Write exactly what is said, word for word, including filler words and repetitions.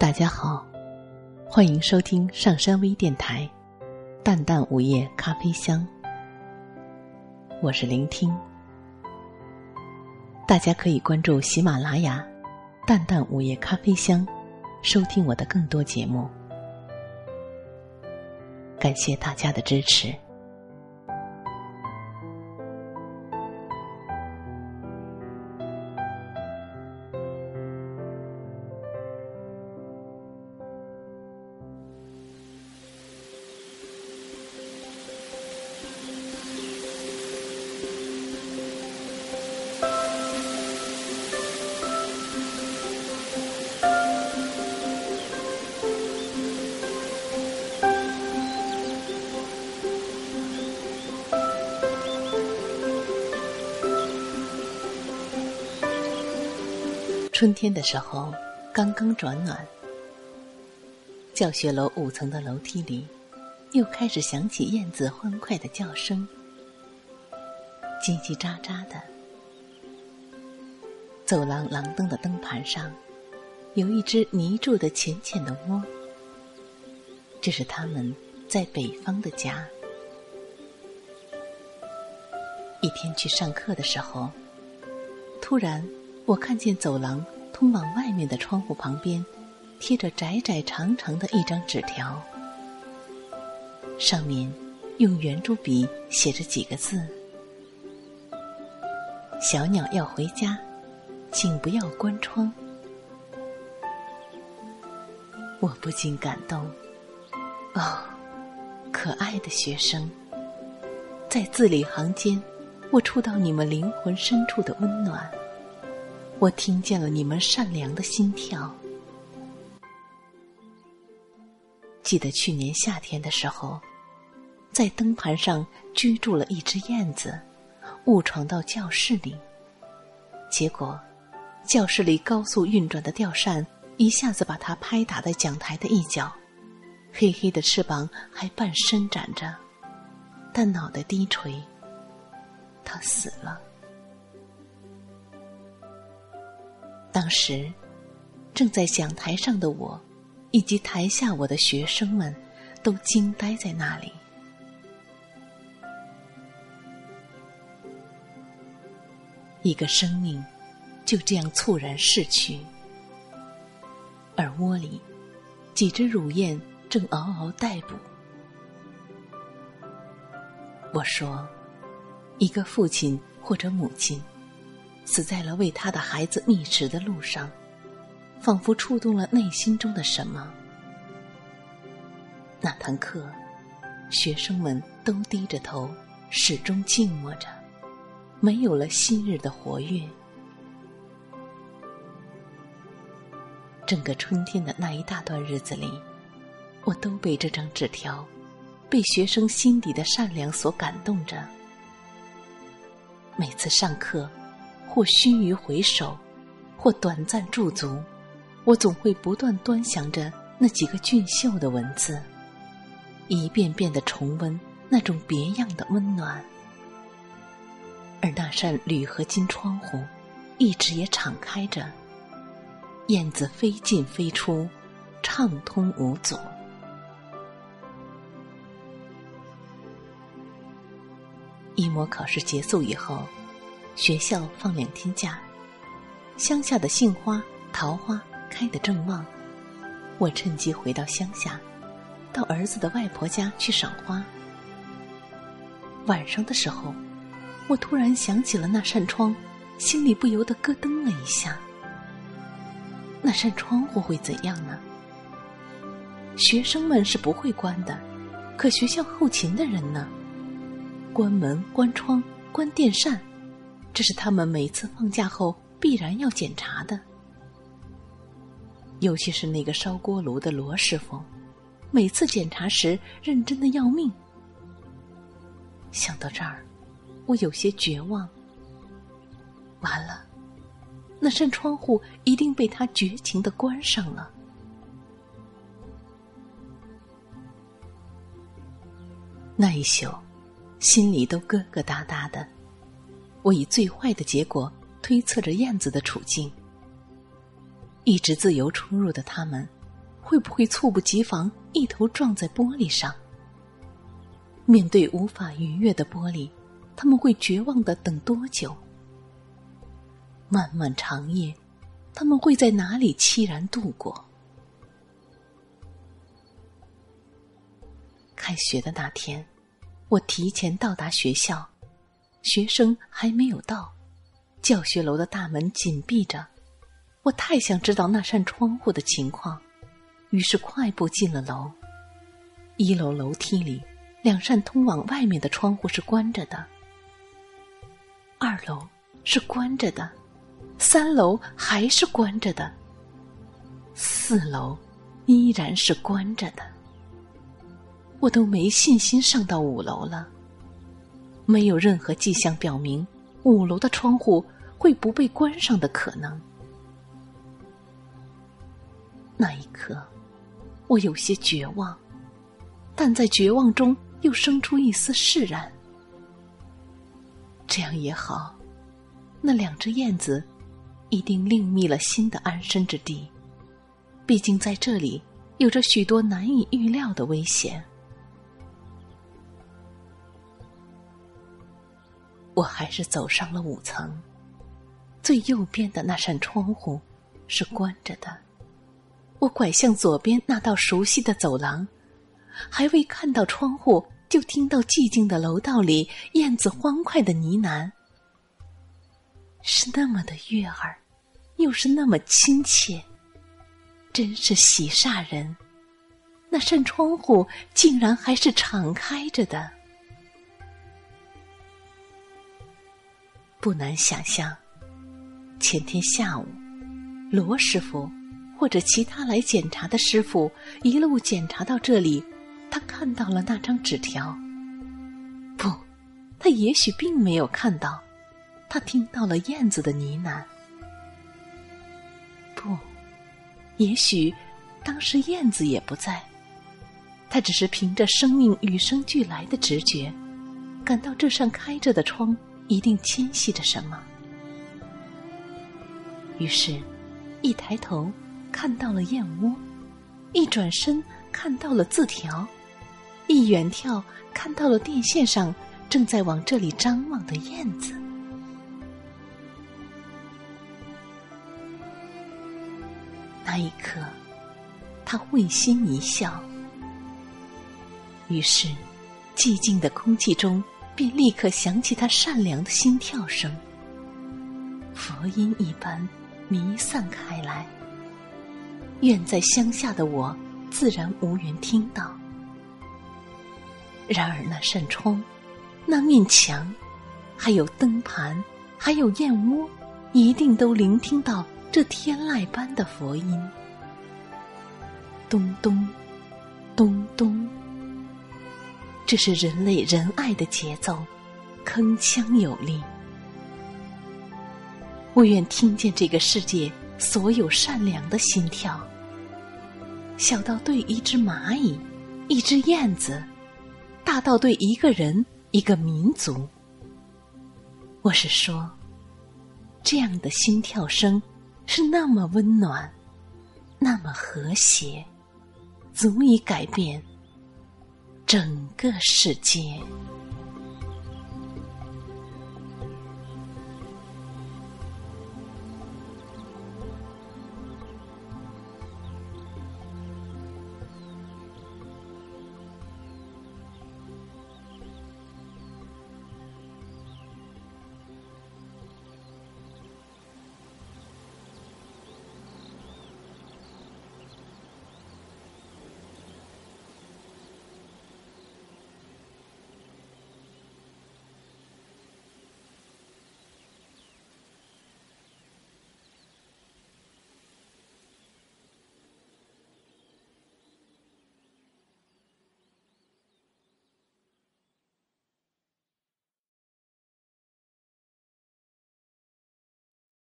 大家好，欢迎收听上山微电台淡淡午夜咖啡香，我是聆听。大家可以关注喜马拉雅淡淡午夜咖啡香，收听我的更多节目。感谢大家的支持。春天的时候刚刚转暖，教学楼五层的楼梯里又开始响起燕子欢快的叫声，叽叽喳喳的。走廊廊灯的灯盘上有一只泥筑的浅浅的窝，这是他们在北方的家。一天去上课的时候，突然我看见走廊通往外面的窗户旁边贴着窄窄长长的一张纸条，上面用圆珠笔写着几个字：小鸟要回家，请不要关窗。我不禁感动，哦，可爱的学生，在字里行间我触到你们灵魂深处的温暖，我听见了你们善良的心跳。记得去年夏天的时候，在灯盘上居住了一只燕子，误闯到教室里，结果教室里高速运转的吊扇一下子把它拍打在讲台的一角，黑黑的翅膀还半伸展着，但脑袋低垂，它死了。当时正在讲台上的我以及台下我的学生们都惊呆在那里。一个生命就这样猝然逝去，而窝里几只乳燕正嗷嗷待哺。我说，一个父亲或者母亲死在了为他的孩子觅食的路上，仿佛触动了内心中的什么。那堂课，学生们都低着头，始终静默着，没有了昔日的活跃。整个春天的那一大段日子里，我都被这张纸条，被学生心底的善良所感动着。每次上课，或须臾回首，或短暂驻足，我总会不断端详着那几个俊秀的文字，一遍遍地重温那种别样的温暖。而那扇铝合金窗户一直也敞开着，燕子飞进飞出，畅通无阻。期末考试结束以后，学校放两天假，乡下的杏花、桃花开得正旺，我趁机回到乡下，到儿子的外婆家去赏花。晚上的时候，我突然想起了那扇窗，心里不由得咯噔了一下。那扇窗户会怎样呢？学生们是不会关的，可学校后勤的人呢？关门、关窗、关电扇，这是他们每次放假后必然要检查的。尤其是那个烧锅炉的罗师傅，每次检查时认真的要命。想到这儿，我有些绝望。完了，那扇窗户一定被他绝情地关上了。那一宿，心里都咯咯哒哒的。我以最坏的结果推测着燕子的处境。一直自由出入的他们， 会不会猝不及防一头撞在玻璃上？面对无法逾越的玻璃，他们会绝望地等多久？漫漫长夜，他们会在哪里凄然度过？开学的那天，我提前到达学校，学生还没有到，教学楼的大门紧闭着。我太想知道那扇窗户的情况，于是快步进了楼。一楼楼梯里，两扇通往外面的窗户是关着的，二楼是关着的，三楼还是关着的，四楼依然是关着的。我都没信心上到五楼了，没有任何迹象表明五楼的窗户会不被关上的可能。那一刻，我有些绝望，但在绝望中又生出一丝释然。这样也好，那两只燕子一定另觅了新的安身之地，毕竟在这里有着许多难以预料的危险。我还是走上了五层，最右边的那扇窗户是关着的。我拐向左边那道熟悉的走廊，还未看到窗户，就听到寂静的楼道里燕子欢快的呢喃，是那么的悦耳，又是那么亲切，真是喜煞人。那扇窗户竟然还是敞开着的。不难想象，前天下午，罗师傅或者其他来检查的师傅一路检查到这里，他看到了那张纸条。不，他也许并没有看到，他听到了燕子的呢喃。不，也许当时燕子也不在，他只是凭着生命与生俱来的直觉，感到这扇开着的窗一定牵系着什么。于是一抬头看到了燕窝，一转身看到了字条，一远眺看到了电线上正在往这里张望的燕子。那一刻，他会心一笑，于是寂静的空气中便立刻响起他善良的心跳声，佛音一般弥散开来。远在乡下的我自然无缘听到，然而那扇窗，那面墙，还有灯盘，还有燕窝，一定都聆听到这天籁般的佛音。咚咚咚咚，这是人类仁爱的节奏，铿锵有力。我愿听见这个世界所有善良的心跳，小到对一只蚂蚁，一只燕子，大到对一个人，一个民族。我是说，这样的心跳声是那么温暖，那么和谐，足以改变整个世界。